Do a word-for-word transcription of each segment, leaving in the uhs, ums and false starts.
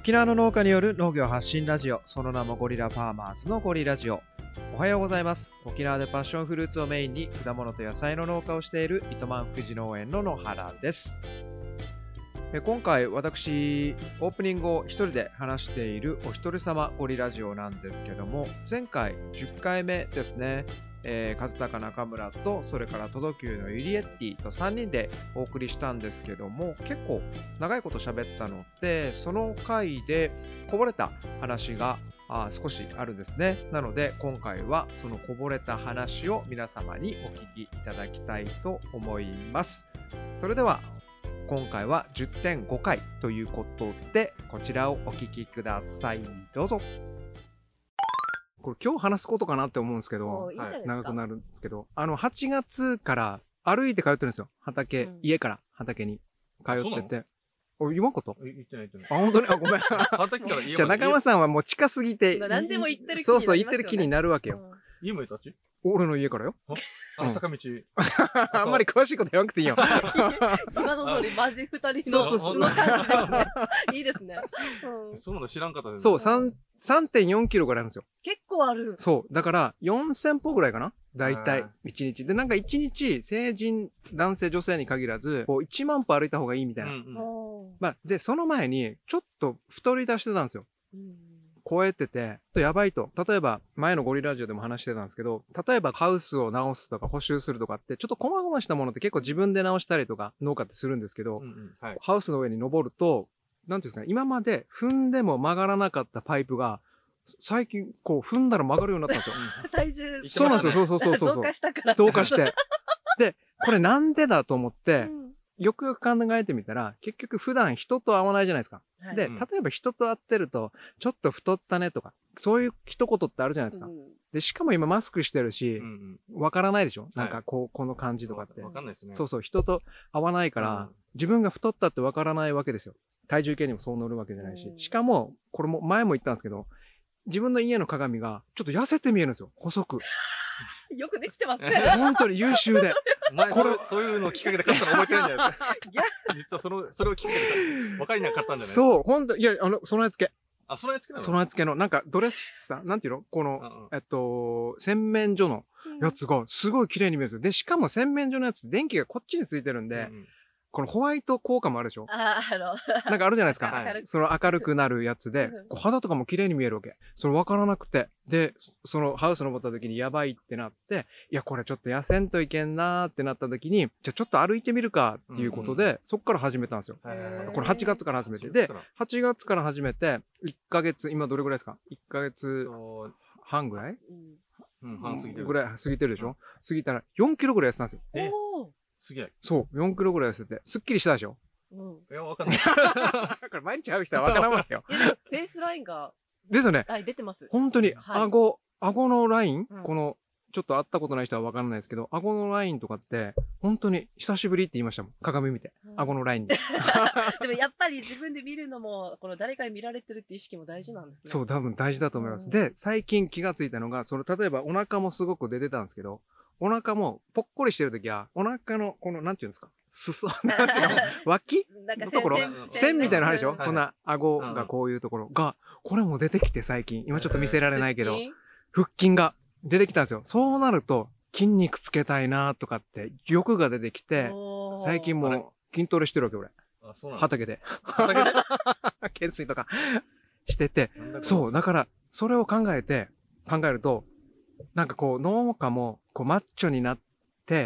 沖縄の農家による農業発信ラジオ、その名もゴリラファーマーズのゴリラジオ。おはようございます。沖縄でパッションフルーツをメインに果物と野菜の農家をしている糸満福祉農園の野原です。え今回私オープニングを一人で話しているお一人様ゴリラジオなんですけども、前回じゅっかいめですね。えー、和高中村とそれからトドキューのユリエッティとさんにんでお送りしたんですけども、結構長いこと喋ったので、その回でこぼれた話があ少しあるんですね。なので今回はそのこぼれた話を皆様にお聞きいただきたいと思います。それでは今回は じゅってんご 回ということで、こちらをお聞きください。どうぞ。これ今日話すことかなって思うんですけど、 いいはい、 長くなるんですけど、あのはちがつから歩いて通ってるんですよ。畑、うん、家から畑に通ってて。お、言わんこと？ 言ってない言ってない。 あ、本当に？あ、ごめん。 畑から家まで。 じゃあ中間さんはもう近すぎて、 何でも行ってる気になりますよね。 そうそう、行ってる気になるわけよ。 うん、家もいたち？俺の家からよ。 あ、坂道。 あんまり詳しいこと言わなくていいよ。 今の通りマジ二人の素の感じですね。いいですね。 そうなの知らんかったです。 そう、さんてんよんキロぐらいあるんですよ。 結構ある。 そう。だから、よんせんぽぐらいかな大体、いちにち。で、なんかいちにち、成人、男性、女性に限らず、こう、いちまんぽ歩いた方がいいみたいな。うんうん、まあ、で、その前に、ちょっと太り出してたんですよ。うん超えてて、やばいと。例えば、前のゴリラジオでも話してたんですけど、例えばハウスを直すとか補修するとかって、ちょっと細々したものって結構自分で直したりとか、農家ってするんですけど、うんうんはい、ハウスの上に登ると、なんていうんですかね、今まで踏んでも曲がらなかったパイプが、最近、こう、踏んだら曲がるようになったんですよ。 体重、ね、 そうなんですよ、そうそうそうそう。 増加したから。 増加して。で、これなんでだと思って、うんよくよく考えてみたら、結局普段人と会わないじゃないですか。はい、で、例えば人と会ってると、ちょっと太ったねとか、そういう一言ってあるじゃないですか。うん、で、しかも今マスクしてるし、わ、うんうん、からないでしょ、はい、なんかこう、この感じとかって。 わかんないですね。 そうそう、人と会わないから、うん、自分が太ったってわからないわけですよ。体重計にもそう乗るわけじゃないし。うん、しかも、これも前も言ったんですけど、自分の家の鏡がちょっと痩せて見えるんですよ。細く。 よくできてますね。 本当に優秀で。 前これ、そういうのをきっかけで買ったの覚えてるんじゃないですか。実はその、それをきっかけで分かりなかったんじゃないですか。 そう、本当いや、あの、備え付け。 あ、備え付けなの？ 備え付けの、なんかドレッサー、なんていうのこの、うんうん、えっと、洗面所のやつがすごい綺麗に見えるんですよ。で、しかも洗面所のやつって電気がこっちについてるんで、うんうんこのホワイト効果もあるでしょあ、あの。 なんかあるじゃないですか。はい、その明るくなるやつで、こう肌とかも綺麗に見えるわけ。それ分からなくて。で、そのハウス登った時にやばいってなって、いや、これちょっと痩せんといけんなーってなった時に、じゃあちょっと歩いてみるかっていうことで、うんうん、そっから始めたんですよ。これはちがつから始めて。で、はちがつから始めて、いっかげつ、今どれぐらいですか ?いっ ヶ月半ぐらい、 うん、半過ぎてる。 ぐらい過ぎてるでしょ、うん、過ぎたらよんキロぐらい痩せたんですよ。 えすげえ。 そう、よんキロぐらい痩せて、すっきりしたでしょうん。いや、わかんない。 これ毎日会う人はわからんわけよ。 いや、でも、フェイスラインが。 ですよね。 はい、出てます。 本当に、 はい、 顎、顎のライン、 うん、 この、ちょっと会ったことない人はわからないですけど、顎のラインとかって、本当に久しぶりって言いましたもん。鏡見て。うん、顎のラインで。 でもやっぱり自分で見るのも、この誰かに見られてるって意識も大事なんですね。 そう、多分大事だと思います。うん、で、最近気がついたのが、その、例えばお腹もすごく出てたんですけど、お腹もぽっこりしてるときは、お腹の、この、なんていうんですか裾なんていうの脇のところ線みたいなのあるでしょ、うん、こんな顎がこういうところが、これも出てきて最近。今ちょっと見せられないけど、腹筋が出てきたんですよ。そうなると、筋肉つけたいなとかって、欲が出てきて、最近もう筋トレしてるわけ、俺。 あ、そうなん畑で。畑で懸垂とかしてて。そう、だから、それを考えて、考えると、なんかこう、農家も、こう、マッチョになって、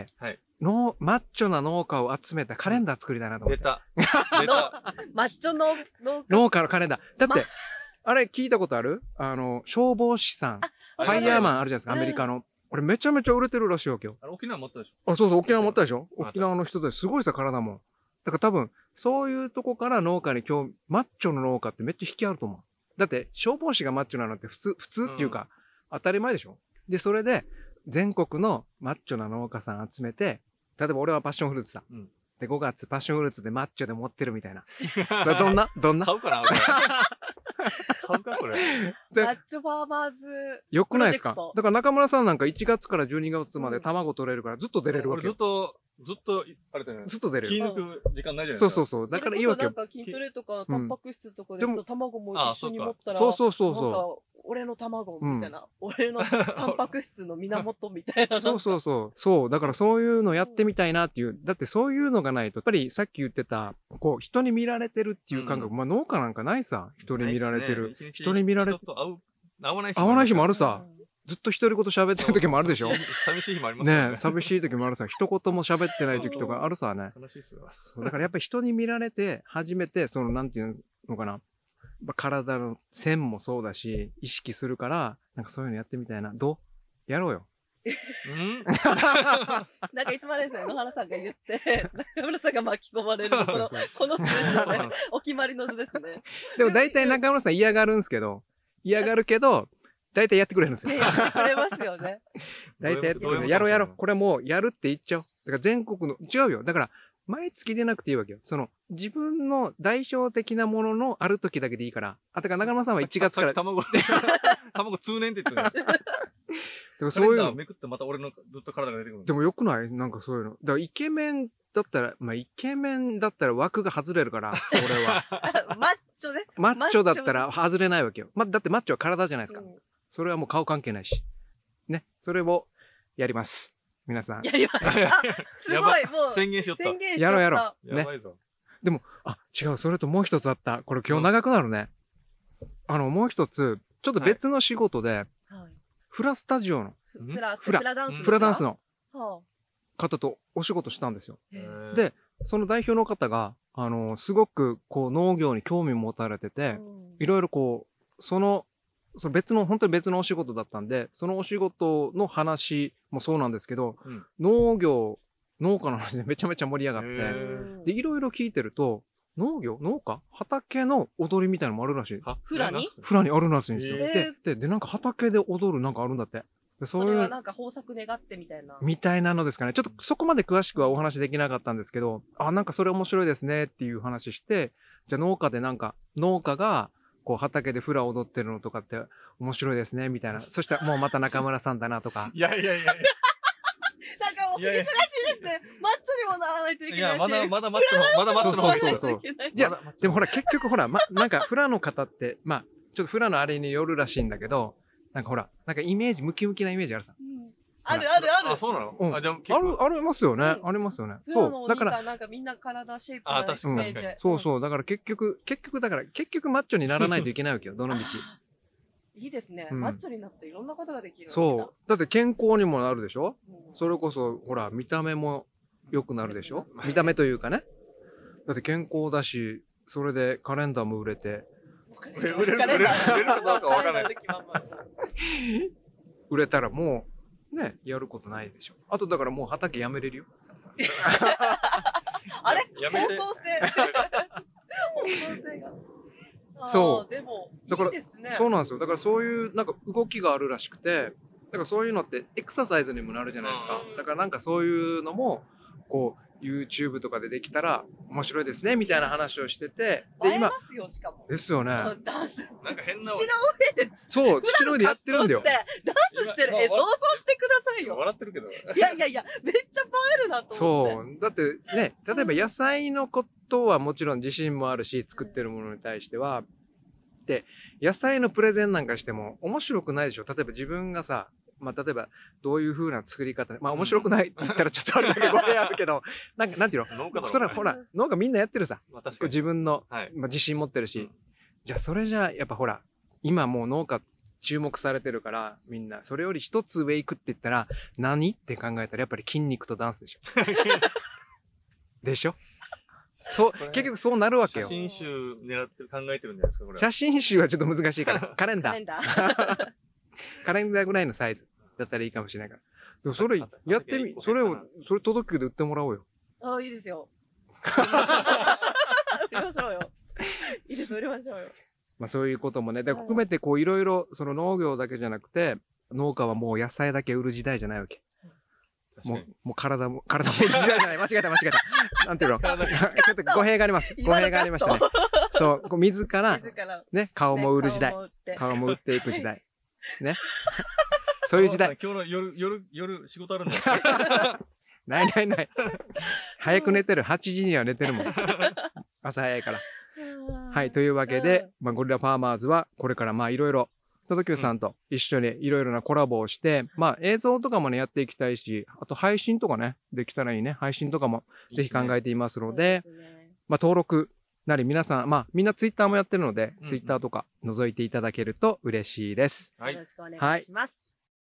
はい、のマッチョな農家を集めたカレンダー作りたいなと思って。 出た。出た。 マッチョの農家。 農家のカレンダー。だって、ま、あれ聞いたことあるあの、消防士さん。ファイヤーマンあるじゃないですか、アメリカの。これめちゃめちゃ売れてるらしいわけよ。 あれ沖縄持ったでしょあ、そうそう、沖縄持ったでしょ沖縄の人たちすごいさ、体も。だから多分、そういうとこから農家に興味、マッチョの農家ってめっちゃ引きあると思う。だって、消防士がマッチョなのって普通、普通っていうか、うん、当たり前でしょで、それで、全国のマッチョな農家さん集めて、例えば俺はパッションフルーツさ。うん、で、ごがつパッションフルーツでマッチョで持ってるみたいな。これどんなどんな買うかな買うかこれ。 マッチョファーマーズ。 よくないですかだから中村さんなんかいちがつからじゅうにがつまで卵取れるからずっと出れるわけよ。 俺ずっとずっと、あれだよね。 ずっと出れる。 気抜く時間ないじゃないですか。 そうそうそう。だからいいわけよ。 それこそなんか筋トレとか、タンパク質とかですと、卵も一緒に持ったら、 そうそうそうなんそか、俺の卵みたいな、俺のタンパク質の源みたいな。 う。そうそうそう。そう。だからそういうのやってみたいなっていう。だってそういうのがないと、やっぱりさっき言ってた、こう、人に見られてるっていう感覚。まあ農家なんかないさ。人に見られてる。人に見られて、 人と会う、会わない会わない日もあるさ。 うんずっと独り言喋ってる時もあるでしょ。 寂しい日もありますよね。 ねえ、寂しい時もあるさ。一言も喋ってない時とかあるさね。 悲しいっすよ。 そうだからやっぱり人に見られて、初めて、その、なんていうのかな。まあ体の線もそうだし、意識するから、なんかそういうのやってみたいな。どうやろうよ。 うんなんかいつまでですね、野原さんが言って、中村さんが巻き込まれるこの、この図ですよね。お決まりの図ですね。 でも大体中村さん嫌がるんですけど、嫌がるけど、大体やってくれるんですよ。 やってくれますよね。 大体やってくれる。やろうやろう。これもうやるって言っちゃおう。だから全国の、違うよ。だから、毎月出なくていいわけよ。その、自分の代表的なもののある時だけでいいから。あ、だから中村さんはいちがつから。 卵、卵通年って言ってる。 でもそういうの。 めくってまた俺のずっと体が出てくる。 でもよくないなんかそういうの。だからイケメンだったら、まあイケメンだったら枠が外れるから、俺は。 マッチョね。 マッチョだったら外れないわけよ。ま、だってマッチョは体じゃないですか。 うんそれはもう顔関係ないし。ね。それをやります。皆さん。 やります。あ、すごい、もう。 宣言しよった。 宣言しちゃった。 やろうやろう。ねやばいぞ。 でも、あ、違う、それともう一つあった。これ今日長くなるね。あの、もう一つ、ちょっと別の仕事で、 はいフラスタジオのフラ、 フラフラダンス。 フラダンスのは方とお仕事したんですよ。 あへーで、その代表の方が、あの、すごくこう農業に興味持たれてて、 うんいろいろこう、その、その別の、本当に別のお仕事だったんで、そのお仕事の話もそうなんですけど、 うん農業、農家の話でめちゃめちゃ盛り上がって、 へーで、いろいろ聞いてると、農業農家畑の踊りみたいなのもあるらしい。 はフラにフラにあるらしいんですよ。 へで、で、で、なんか畑で踊るなんかあるんだって。でそそういう、 れはなんか豊作願ってみたいな。 みたいなのですかね。ちょっとそこまで詳しくはお話できなかったんですけど、あ、なんかそれ面白いですねっていう話して、じゃあ農家でなんか、農家が、こう畑でフラ踊ってるのとかって面白いですね、みたいな。そしたらもうまた中村さんだなとか。 いやいやいやいや。 なんかもう、忙しいですね。マッチョにもならないといけないし。 いや、まだ、まだマッチョの、まだマッチョの方そうそうそういけないじゃあ、でもほら、結局ほら、ま、なんかフラの方って、まあ、ちょっとフラのあれによるらしいんだけど、なんかほら、なんかイメージ、ムキムキなイメージあるさ。 うんあるあるある。 あ、そうなのうんあ、じゃあ結あ構る、ありますよね。 うんありますよね。 そ。 そうう。だから、 なんかみんな体シェイプあ確かにイメージ確かそうそう。だから結局、結局だから、結局マッチョにならないといけないわけよ。どの道。 いいですね。 うんマッチョになっていろんなことができる。 そう。だって健康にもなるでしょうん。 それこそ、ほら、見た目も良くなるでしょ見た目というかね。だって健康だし、それでカレンダーも売れて、 売れる売れる売れるかどうかわかんない売れたらもう、ね、やることないでしょ。あとだからもう畑やめれるよ。 あれやめて方向性。方向性が。 そうあーでも、 だからいいですね。 そうなんですよ。だからそういうなんか動きがあるらしくて、だからそういうのってエクササイズにもなるじゃないですかう。んだからなんかそういうのも、こう、YouTube とかでできたら面白いですね、みたいな話をしてて、で、今映えま、すよ、しかも。 ですよね。 うんダンス。 なんか変な、 土の上でそう、土の上でやってるんだよ格。好してダンスしてる。え、 今想像してくださいよ。 笑ってるけど。 いやいやいや、めっちゃ映えるなと思って。 そう。だってね、例えば野菜のことはもちろん自信もあるし、作ってるものに対しては、で、野菜のプレゼンなんかしても面白くないでしょ。例えば自分がさ、まあ、例えばどういう風な作り方、まあ面白くないって言ったらちょっとあれだけど、語弊あるけど、なんか、なんていうの農家だろそれはほら、農家みんなやってるさ。 まあ確かに。 自分の、 はい。 まあ、自信持ってるし、 うんじゃあそれじゃあやっぱほら、今もう農家注目されてるから、みんな、それより一つ上行くって言ったら、何って考えたらやっぱり筋肉とダンスでしょ。でしょそう、 これ結局そうなるわけよ。 写真集狙ってる、考えてるんじゃないですか、これ。 写真集はちょっと難しいから、カレンダー。 カレンダー。 カレンダーぐらいのサイズだったらいいかもしれないから。でもそれあとやってみあ、とそれを、それ届けで売ってもらおうよ。 あ、いいですよ。売りましょうよ。いいです、売りましょうよ。 まあそういうこともね。で、 はい含めてこういろいろ、その農業だけじゃなくて、農家はもう野菜だけ売る時代じゃないわけ。 確かに。、 もうもう体も、体も売る時代じゃない。間違えた間違えた。なんていうのちょっと語弊があります。語弊がありましたね。そう、こう自ら、 自ら。 ね、顔も売る時代顔。も売って顔も売っていく時代。ね。そういう時代。 今日の夜、夜、夜仕事あるんだ。 ないないない。早く寝てる。はちじには寝てるもん。朝早いから。はい。というわけで、まあ、ゴリラファーマーズはこれからまあいろいろ、トドキューさんと一緒にいろいろなコラボをして、うん、まあ映像とかもね、やっていきたいし、あと配信とかね、できたらいいね。配信とかもぜひ考えていますので、いいですね、まあ登録なり皆さん、まあみんなツイッターもやってるので、うんうん、ツイッターとか覗いていただけると嬉しいです。 はい。よろしくお願いします。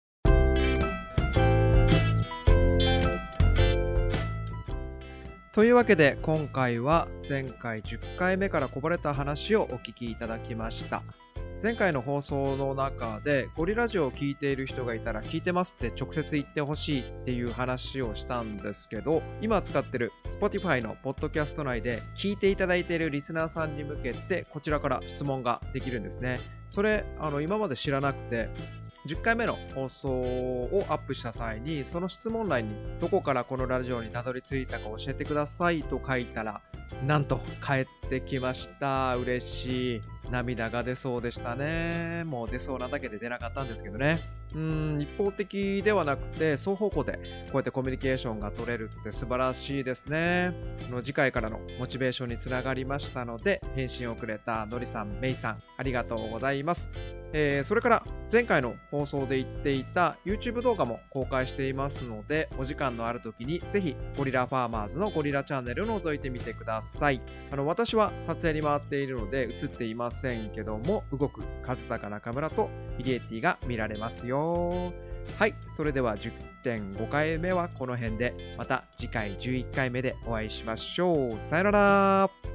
というわけで今回は前回じゅっかいめからこぼれた話をお聞きいただきました。前回の放送の中でゴリラジオを聞いている人がいたら聞いてますって直接言ってほしいっていう話をしたんですけど、今使ってる Spotify のポッドキャスト内で聞いていただいているリスナーさんに向けてこちらから質問ができるんですね。それあの今まで知らなくて、じゅっかいめの放送をアップした際にその質問欄にどこからこのラジオにたどり着いたか教えてくださいと書いたら、なんと返ってきました。嬉しい。涙が出そうでしたね。もう出そうなだけで出なかったんですけどね。うーん、一方的ではなくて双方向でこうやってコミュニケーションが取れるって素晴らしいですね。の次回からのモチベーションにつながりましたので、返信をくれたのりさん、めいさん、ありがとうございます。えー、それから前回の放送で言っていた YouTube 動画も公開していますので、お時間のある時にぜひゴリラファーマーズのゴリラチャンネルを覗いてみてください。あの私は撮影に回っているので映っていませんけども、動く和高中村とヒゲッティが見られますよ。はい、それでは じゅってんごかいめはこの辺で、また次回じゅういっかいめでお会いしましょう。さよなら。